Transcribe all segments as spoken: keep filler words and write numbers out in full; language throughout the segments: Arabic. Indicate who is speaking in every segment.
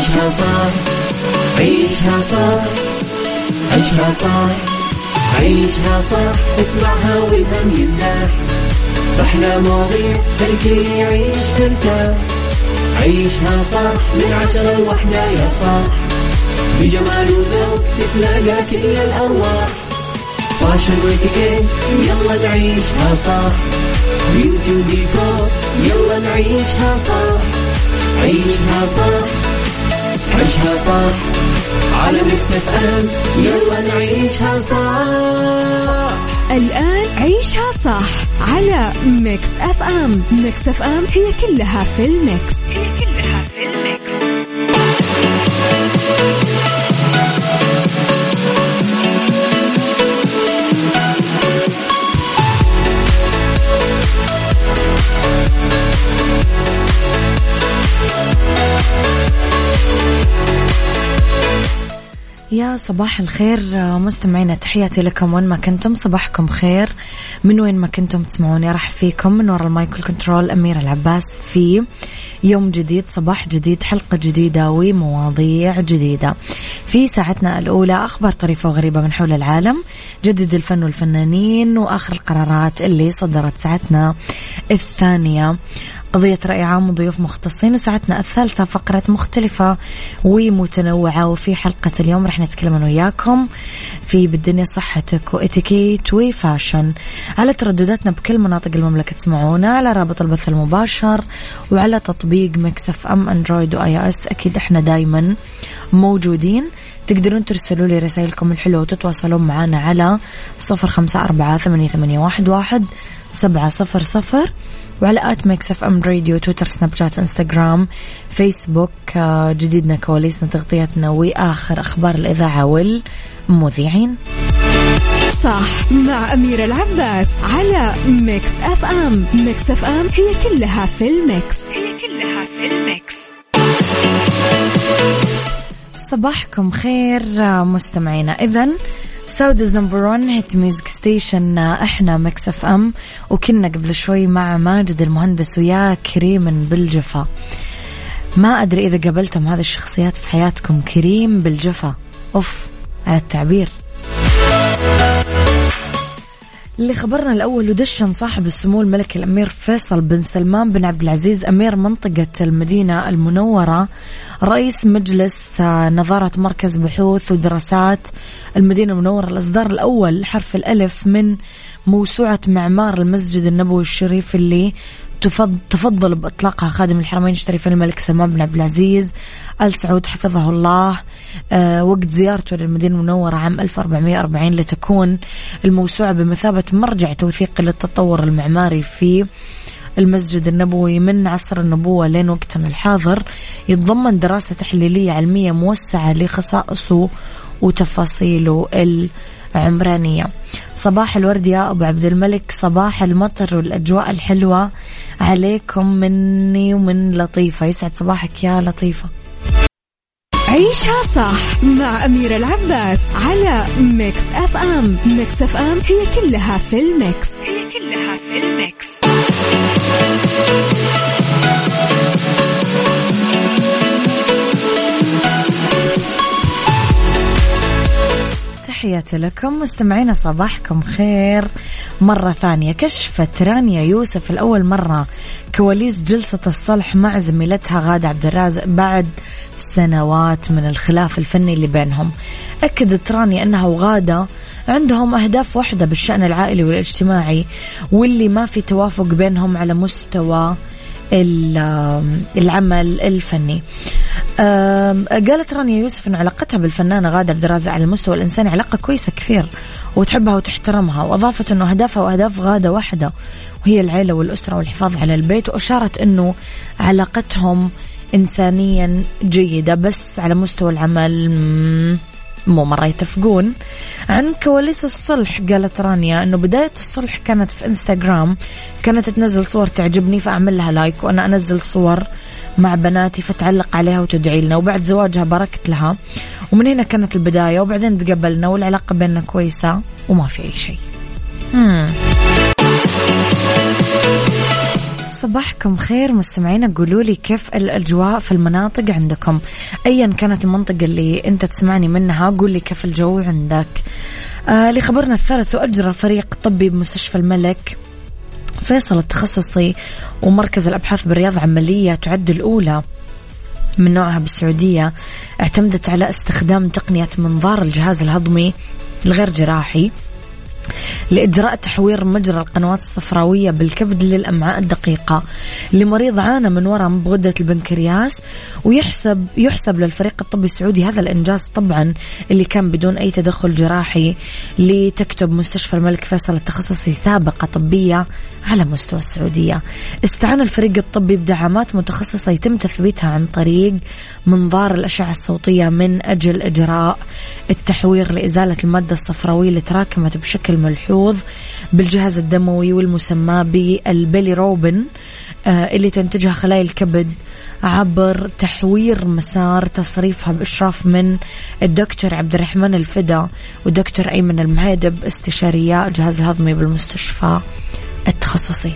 Speaker 1: عيشها صح عيشها صح عيشها صح عيشها صح اسمعها والهم ينزاح أحلى مواضيع خلي يعيش ترتاح عيشها صح من عشرة لوحدة يا صاح بجمال وذوق تتلاقى كل الأرواح فاشل واتيكيت يلا نعيشها صح بيوتي وديكور يلا نعيشها صح عيشها صح عيشها صح على ميكس اف ام يلا نعيشها صح.
Speaker 2: الآن عيشها صح على ميكس اف ام. ميكس اف ام هي كلها في الميكس هي كلها في الميكس.
Speaker 3: يا صباح الخير مستمعينا، تحياتي لكم وين ما كنتم، صباحكم خير من وين ما كنتم تسمعوني. راح فيكم من وراء المايكل كنترول أميرة العباس في يوم جديد، صباح جديد، حلقة جديدة ومواضيع جديدة. في ساعتنا الأولى أخبار طريفة وغريبة من حول العالم، جدد الفن والفنانين، وآخر القرارات اللي صدرت. ساعتنا الثانية قضية رأي عام وضيوف مختصين، وساعتنا الثالثة فقرة مختلفة ومتنوعة. وفي حلقة اليوم رح نتكلم أنا وياكم في بالدنيا صحتك وإتيكيت وفاشن، على تردداتنا بكل مناطق المملكة. تسمعونا على رابط البث المباشر وعلى تطبيق ميكس اف ام اندرويد واي اس. أكيد احنا دايما موجودين، تقدرون ترسلوا لي رسائلكم الحلوة وتتواصلون معنا على صفر خمسة أربعة ثمانية ثمانية واحد واحد سبعة صفر صفر، وعلى آت ميكس اف ام راديو، تويتر، سناب شات، انستغرام، فيسبوك. جديدنا، كواليسنا، تغطياتنا، وآخر أخبار الإذاعة والمذيعين.
Speaker 2: صح مع أميرة العباس على ميكس اف ام. ميكس اف ام هي كلها في الميكس هي كلها في الميكس.
Speaker 3: صباحكم خير مستمعينا. إذن سعوديز نمبر ون هيت ميوزك ستيشن، احنا ميكس اف ام، وكنا قبل شوي مع ماجد المهندس ويا كريم بالجفا. ما ادري اذا قابلتم هذه الشخصيات في حياتكم، كريم بالجفا، اوف على التعبير. اللي خبرنا الأول، ودشن صاحب السمو الملكي الأمير فيصل بن سلمان بن عبد العزيز أمير منطقة المدينة المنورة رئيس مجلس نظارة مركز بحوث ودراسات المدينة المنورة الإصدار الأول حرف الألف من موسوعة معمار المسجد النبوي الشريف، اللي تفضل بإطلاقها خادم الحرمين الشريفين الملك سلمان بن عبد العزيز آل سعود حفظه الله أه وقت زيارته للمدينة المنورة عام ألف وأربعمائة وأربعين، لتكون الموسوعة بمثابة مرجع توثيقي للتطور المعماري في المسجد النبوي من عصر النبوة لين وقتنا الحاضر. يتضمن دراسة تحليلية علمية موسعة لخصائصه وتفاصيله العمرانية. صباح الورد يا أبو عبد الملك، صباح المطر والأجواء الحلوة عليكم مني ومن لطيفة. يسعد صباحك يا لطيفة.
Speaker 2: عيشها صح مع أميرة العباس على ميكس اف ام. ميكس اف ام هي كلها في الميكس هي كلها في الميكس.
Speaker 3: تحياتي لكم مستمعينا، صباحكم خير مرة ثانية. كشفت رانيا يوسف الأول مرة كواليس جلسة الصلح مع زميلتها غادة عبد الرازق بعد سنوات من الخلاف الفني اللي بينهم. أكدت رانيا أنها وغادة عندهم أهداف واحدة بالشأن العائلي والاجتماعي، واللي ما في توافق بينهم على مستوى العمل الفني. قالت رانيا يوسف أن علاقتها بالفنانة غادة عبد الرازق على المستوى الإنساني علاقة كويسة كثير وتحبها وتحترمها، وأضافت أنه أهدافها وأهداف غادة واحدة، وهي العيلة والأسرة والحفاظ على البيت. وأشارت أنه علاقتهم إنسانيا جيدة، بس على مستوى العمل مو مرة يتفقون. عن كواليس الصلح قالت رانيا أنه بداية الصلح كانت في إنستغرام، كانت تنزل صور تعجبني فأعمل لها لايك، وأنا أنزل صور مع بناتي فتعلق عليها وتدعي لنا، وبعد زواجها باركت لها، ومن هنا كانت البداية، وبعدين تقبلنا والعلاقة بيننا كويسة وما في أي شيء. صباحكم خير مستمعين، قولوا لي كيف الأجواء في المناطق عندكم، أيا كانت المنطقة اللي أنت تسمعني منها قول لي كيف الجو عندك. آه لخبرنا الثالث، أجرى فريق طبي بمستشفى الملك فيصل التخصصي ومركز الأبحاث بالرياض عملية تعد الأولى من نوعها بالسعودية، اعتمدت على استخدام تقنية منظار الجهاز الهضمي الغير جراحي لإجراء تحوير مجرى القنوات الصفراوية بالكبد للأمعاء الدقيقة لمريض عانى من ورم بغدة البنكرياس. ويحسب يحسب للفريق الطبي السعودي هذا الإنجاز طبعا اللي كان بدون أي تدخل جراحي، لتكتب مستشفى الملك فيصل التخصصي سابقة طبية على مستوى السعودية. استعان الفريق الطبي بدعامات متخصصة يتم تثبيتها عن طريق منظار الأشعة الصوتية من أجل إجراء التحوير لإزالة المادة الصفراوية اللي تراكمت بشكل ملحوظ بالجهاز الدموي والمسمى بالبيليروبين اللي تنتجها خلايا الكبد عبر تحوير مسار تصريفها بإشراف من الدكتور عبد الرحمن الفدا والدكتور أيمن المعيدب استشاريا الجهاز الهضمي بالمستشفى التخصصي.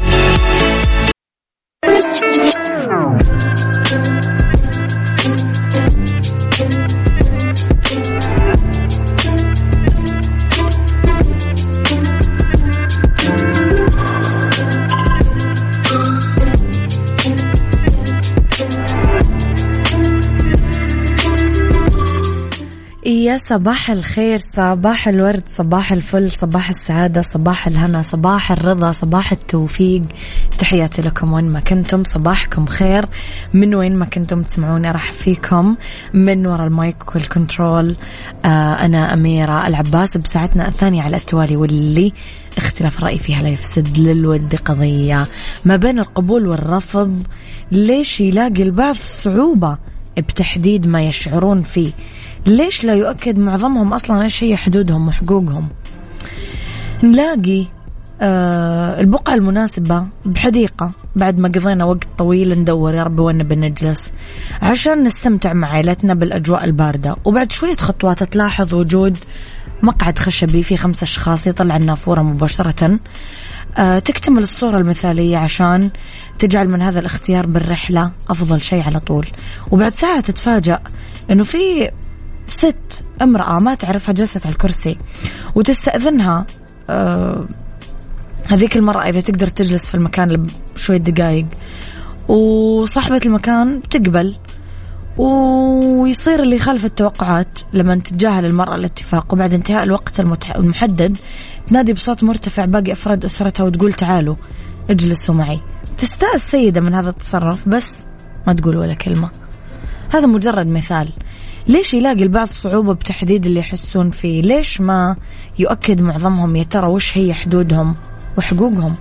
Speaker 3: يا صباح الخير، صباح الورد، صباح الفل، صباح السعادة، صباح الهنا، صباح الرضا، صباح التوفيق. تحياتي لكم وين ما كنتم، صباحكم خير من وين ما كنتم تسمعوني. راح فيكم من وراء المايك والكنترول آه أنا أميرة العباس بساعتنا الثانية على التوالي، واللي اختلاف الرأي فيها لا يفسد للود قضية ما بين القبول والرفض. ليش يلاقي البعض صعوبة بتحديد ما يشعرون فيه؟ ليش لا يؤكد معظمهم أصلا إيش هي حدودهم وحقوقهم؟ نلاقي آه البقعة المناسبة بحديقة بعد ما قضينا وقت طويل ندور يا رب وين بنجلس عشان نستمتع مع عائلتنا بالأجواء الباردة، وبعد شوية خطوات تلاحظ وجود مقعد خشبي فيه خمسة أشخاص يطلع النافورة مباشرة. آه تكتمل الصورة المثالية عشان تجعل من هذا الاختيار بالرحلة أفضل شيء على طول. وبعد ساعة تتفاجأ إنه في ست امرأة ما تعرفها جلست على الكرسي، وتستأذنها آه هذيك المرأة إذا تقدر تجلس في المكان لشوية دقائق، وصاحبة المكان تقبل، ويصير اللي خلف التوقعات لما تتجاهل المرأة الاتفاق، وبعد انتهاء الوقت المحدد تنادي بصوت مرتفع باقي أفراد أسرتها وتقول تعالوا اجلسوا معي. تستاء السيدة من هذا التصرف بس ما تقول ولا كلمة. هذا مجرد مثال. ليش يلاقي البعض صعوبة بتحديد اللي يحسون فيه؟ ليش ما يؤكد معظمهم يا ترى وش هي حدودهم وحقوقهم؟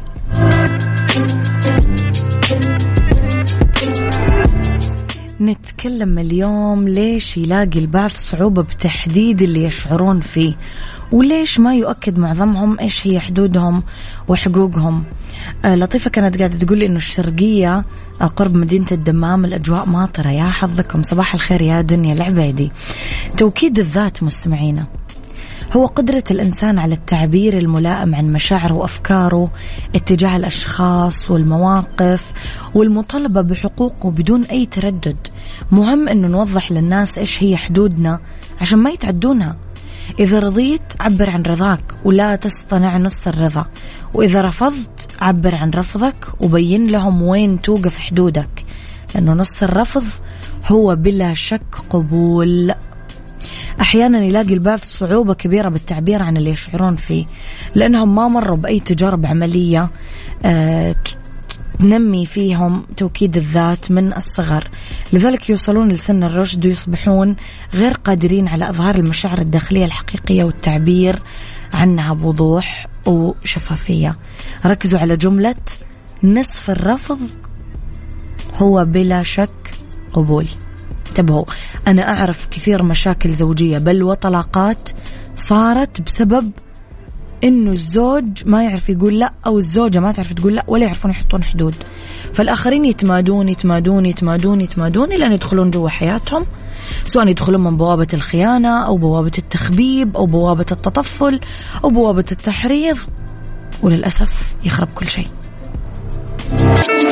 Speaker 3: نتكلم اليوم ليش يلاقي البعض صعوبة بتحديد اللي يشعرون فيه، وليش ما يؤكد معظمهم إيش هي حدودهم وحقوقهم. آه لطيفة كانت قاعدة تقول لي إنه الشرقية آه قرب مدينة الدمام الأجواء ماطرة. يا حظكم، صباح الخير يا دنيا العبيدي. توكيد الذات مستمعينا هو قدرة الإنسان على التعبير الملائم عن مشاعره وأفكاره اتجاه الأشخاص والمواقف والمطالبة بحقوقه بدون أي تردد. مهم إنه نوضح للناس إيش هي حدودنا عشان ما يتعدونها. إذا رضيت عبر عن رضاك ولا تصطنع نص الرضا، وإذا رفضت عبر عن رفضك وبين لهم وين توقف حدودك، لأنه نص الرفض هو بلا شك قبول. أحيانا يلاقي البعض صعوبة كبيرة بالتعبير عن اللي يشعرون فيه لأنهم ما مروا بأي تجارب عملية آه تنمي فيهم توكيد الذات من الصغر، لذلك يوصلون لسن الرشد ويصبحون غير قادرين على إظهار المشاعر الداخلية الحقيقية والتعبير عنها بوضوح وشفافية. ركزوا على جملة نصف الرفض هو بلا شك قبول. انتبهوا، أنا أعرف كثير مشاكل زوجية بل وطلاقات صارت بسبب إنه الزوج ما يعرف يقول لا، أو الزوجة ما تعرف تقول لا، ولا يعرفون يحطون حدود، فالآخرين يتمادون يتمادون يتمادون يتمادون لأن يدخلون جوا حياتهم، سواء يدخلون من بوابة الخيانة أو بوابة التخبيب أو بوابة التطفل أو بوابة التحريض، وللأسف يخرب كل شيء.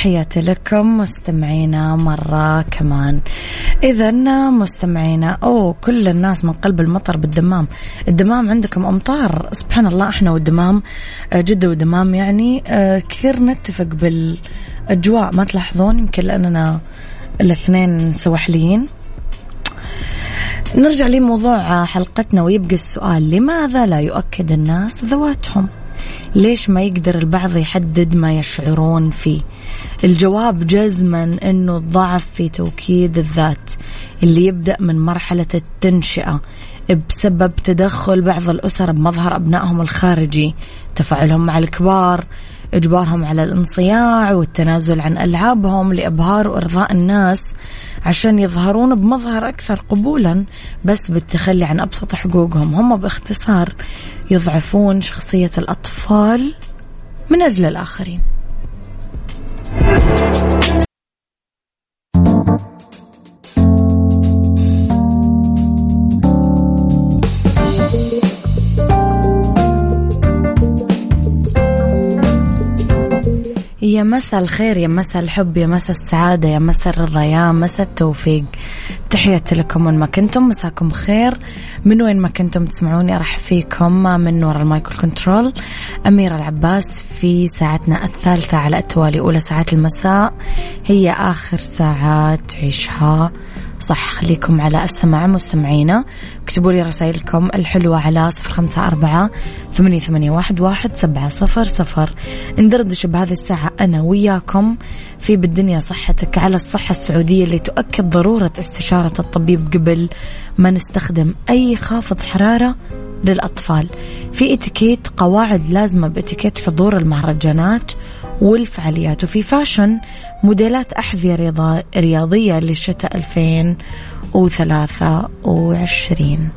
Speaker 3: تحياتي لكم مستمعينا مرة كمان. إذن مستمعينا، أو كل الناس من قلب المطر بالدمام. الدمام عندكم أمطار سبحان الله، إحنا والدمام جدة ودمام يعني كثير نتفق بالأجواء، ما تلاحظون؟ يمكن لأننا الاثنين سواحليين. نرجع لموضوع حلقتنا ويبقى السؤال: لماذا لا يؤكد الناس ذواتهم؟ ليش ما يقدر البعض يحدد ما يشعرون فيه؟ الجواب جزما أنه الضعف في توكيد الذات اللي يبدأ من مرحلة التنشئة بسبب تدخل بعض الأسر بمظهر أبنائهم الخارجي، تفاعلهم مع الكبار، إجبارهم على الانصياع والتنازل عن ألعابهم لإبهار وإرضاء الناس عشان يظهرون بمظهر أكثر قبولا، بس بالتخلي عن أبسط حقوقهم. هم باختصار يضعفون شخصية الأطفال من أجل الآخرين. يا مساء الخير، يا مساء الحب، يا مساء السعادة، يا مساء الرضا، يا مساء التوفيق. تحياتي لكم وين ما كنتم، مساكم خير من وين ما كنتم تسمعوني. أرحب فيكم من وراء المايكل كنترول أميرة العباس في ساعتنا الثالثة على التوالي. أولى ساعات المساء هي آخر ساعات عيشها صح. خليكم على السماع مستمعينا، اكتبوا لي رسائلكم الحلوة على صفر خمسة أربعة ثمانية ثمانية واحد واحد سبعة صفر صفر. ندردش بهذه الساعة أنا وياكم في بالدنيا صحتك على الصحة السعودية اللي تؤكد ضرورة استشارة الطبيب قبل ما نستخدم أي خافض حرارة للأطفال. في اتيكيت قواعد لازمة باتيكيت حضور المهرجانات والفعاليات، وفي فاشن موديلات أحذية رياضية للشتاء ألفين وثلاثة وعشرين.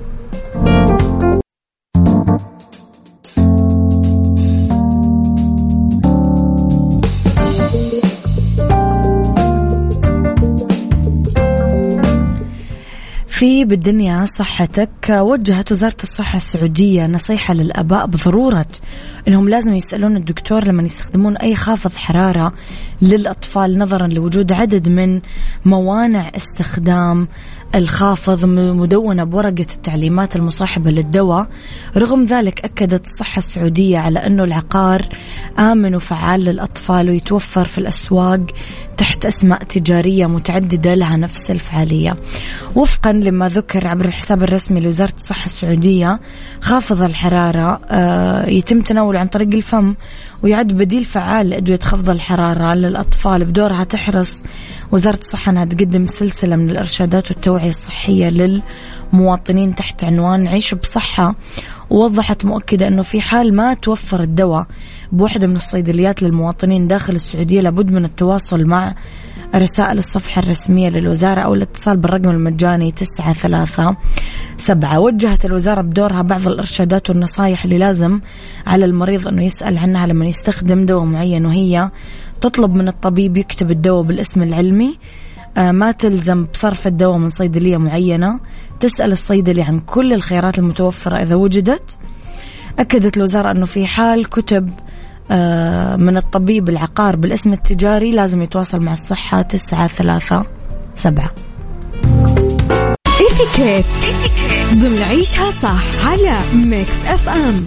Speaker 3: في بالدنيا صحتك وجهت وزارة الصحة السعودية نصيحة للآباء بضرورة أنهم لازم يسألون الدكتور لما يستخدمون أي خافض حرارة للأطفال، نظرا لوجود عدد من موانع استخدام الخافض مدونة بورقة التعليمات المصاحبة للدواء. رغم ذلك أكدت الصحة السعودية على أنه العقار آمن وفعال للأطفال ويتوفر في الأسواق تحت أسماء تجارية متعددة لها نفس الفعالية. وفقا لما ذكر عبر الحساب الرسمي لوزارة الصحة السعودية، خافض الحرارة يتم تناوله عن طريق الفم ويعد بديل فعال لأدوية خفض الحرارة للأطفال. بدورها تحرص وزارة الصحة أنها تقدم سلسلة من الإرشادات والتوعية الصحية للمواطنين تحت عنوان عيش بصحة. ووضحت مؤكدة أنه في حال ما توفر الدواء بوحدة من الصيدليات للمواطنين داخل السعودية لابد من التواصل مع رسائل الصفحة الرسمية للوزارة أو الاتصال بالرقم المجاني تسعة ثلاثة سبعة. وجهت الوزارة بدورها بعض الإرشادات والنصائح اللي لازم على المريض أنه يسأل عنها لما يستخدم دواء معين، وهي تطلب من الطبيب يكتب الدواء بالاسم العلمي، ما تلزم بصرف الدواء من صيدلية معينة، تسأل الصيدلي عن كل الخيارات المتوفرة إذا وجدت. أكدت الوزارة أنه في حال كتب من الطبيب العقار بالاسم التجاري لازم يتواصل مع الصحة تسعة ثلاثة سبعة.
Speaker 2: اتيكيت ضمن عيشها صح على ميكس اف ام.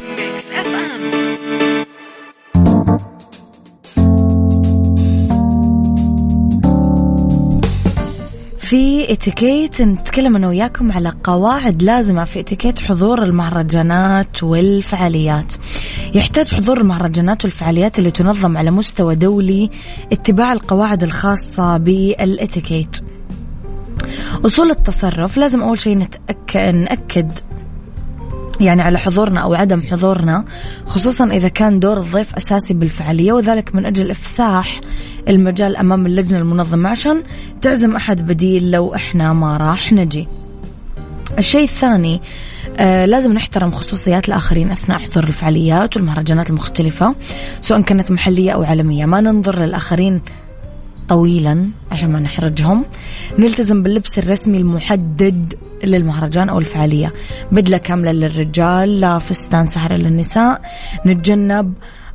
Speaker 3: في اتيكيت نتكلم أنا وياكم على قواعد لازمة في اتيكيت حضور المهرجانات والفعاليات. يحتاج حضور المهرجانات والفعاليات اللي تنظم على مستوى دولي اتباع القواعد الخاصة بالاتيكيت. أصول التصرف: لازم أول شيء نتأكد نأكد يعني على حضورنا أو عدم حضورنا، خصوصا إذا كان دور الضيف أساسي بالفعالية، وذلك من أجل إفساح المجال أمام اللجنة المنظمة عشان تعزم أحد بديل لو إحنا ما راح نجي. الشيء الثاني آه لازم نحترم خصوصيات الآخرين أثناء حضور الفعاليات والمهرجانات المختلفة سواء كانت محلية أو عالمية. ما ننظر للآخرين طويلا عشان ما نحرجهم. نلتزم باللبس الرسمي المحدد للمهرجان أو الفعالية، بدلة كاملة للرجال، لا فستان سهرة للنساء. نتجنب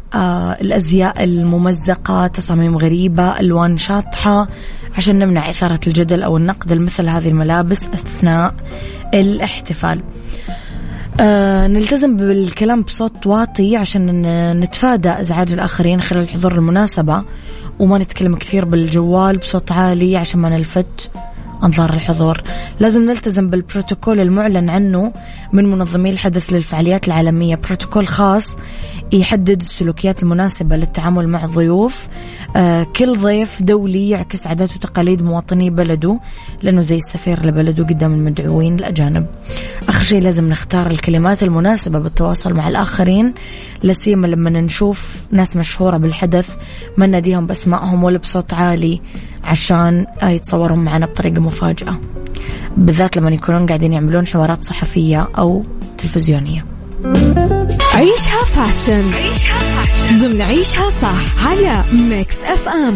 Speaker 3: آه الأزياء الممزقة، تصاميم غريبة، ألوان شاطحة، عشان نمنع إثارة الجدل أو النقد مثل هذه الملابس أثناء الاحتفال. آه نلتزم بالكلام بصوت واطي عشان نتفادى إزعاج الآخرين خلال حضور المناسبة، وما نتكلم كثير بالجوال بصوت عالي عشان ما نلفت أنظار الحضور. لازم نلتزم بالبروتوكول المعلن عنه من منظمي الحدث للفعاليات العالمية، بروتوكول خاص يحدد السلوكيات المناسبة للتعامل مع الضيوف. آه كل ضيف دولي يعكس عادات وتقاليد مواطني بلده، لأنه زي السفير لبلده قدام المدعوين الأجانب. آخر شيء لازم نختار الكلمات المناسبة بالتواصل مع الآخرين، لسيما لما نشوف ناس مشهورة بالحدث ما نناديهم بأسمائهم ولا بصوت عالي عشان يتصورون معنا بطريقة مفاجئة، بالذات لما يكونون قاعدين يعملون حوارات صحفية أو تلفزيونية.
Speaker 2: عيشها فاشن ضمن عيشها صح على ميكس اف ام.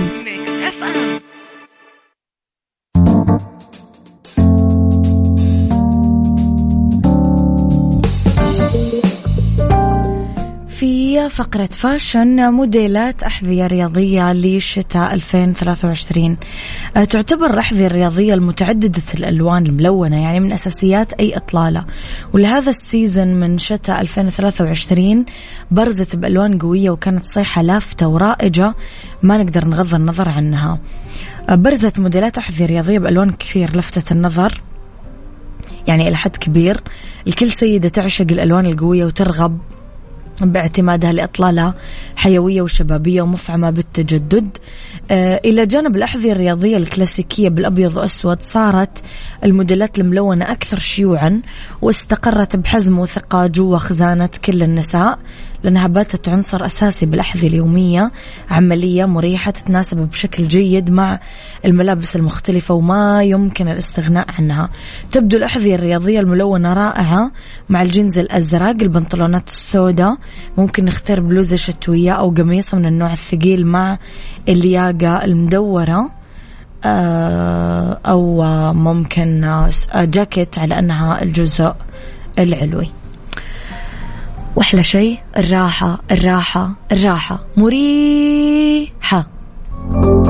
Speaker 3: في فقرة فاشن، موديلات أحذية رياضية لشتاء ألفين وثلاثة وعشرين. تعتبر الأحذية الرياضية المتعددة الألوان الملونة يعني من أساسيات أي إطلالة، ولهذا السيزن من شتاء ألفين وثلاثة وعشرين برزت بألوان قوية وكانت صيحة لافتة ورائجة ما نقدر نغض النظر عنها. برزت موديلات أحذية رياضية بألوان كثير لفتت النظر يعني إلى حد كبير. الكل سيدة تعشق الألوان القوية وترغب باعتمادها لإطلالة حيوية وشبابية ومفعمة بالتجدد. آه إلى جانب الأحذية الرياضية الكلاسيكية بالأبيض وأسود، صارت الموديلات الملونة أكثر شيوعا واستقرت بحزم وثقة جوا خزانة كل النساء، لأنها باتت عنصر أساسي بالأحذية اليومية، عملية مريحة تتناسب بشكل جيد مع الملابس المختلفة وما يمكن الاستغناء عنها. تبدو الأحذية الرياضية الملونة رائعة مع الجينز الأزرق، البنطلونات السوداء، ممكن نختار بلوزة شتوية أو قميص من النوع الثقيل مع اللياقة المدورة، أو ممكن جاكيت على أنها الجزء العلوي. وأحلى شيء الراحة الراحة الراحة مريحة.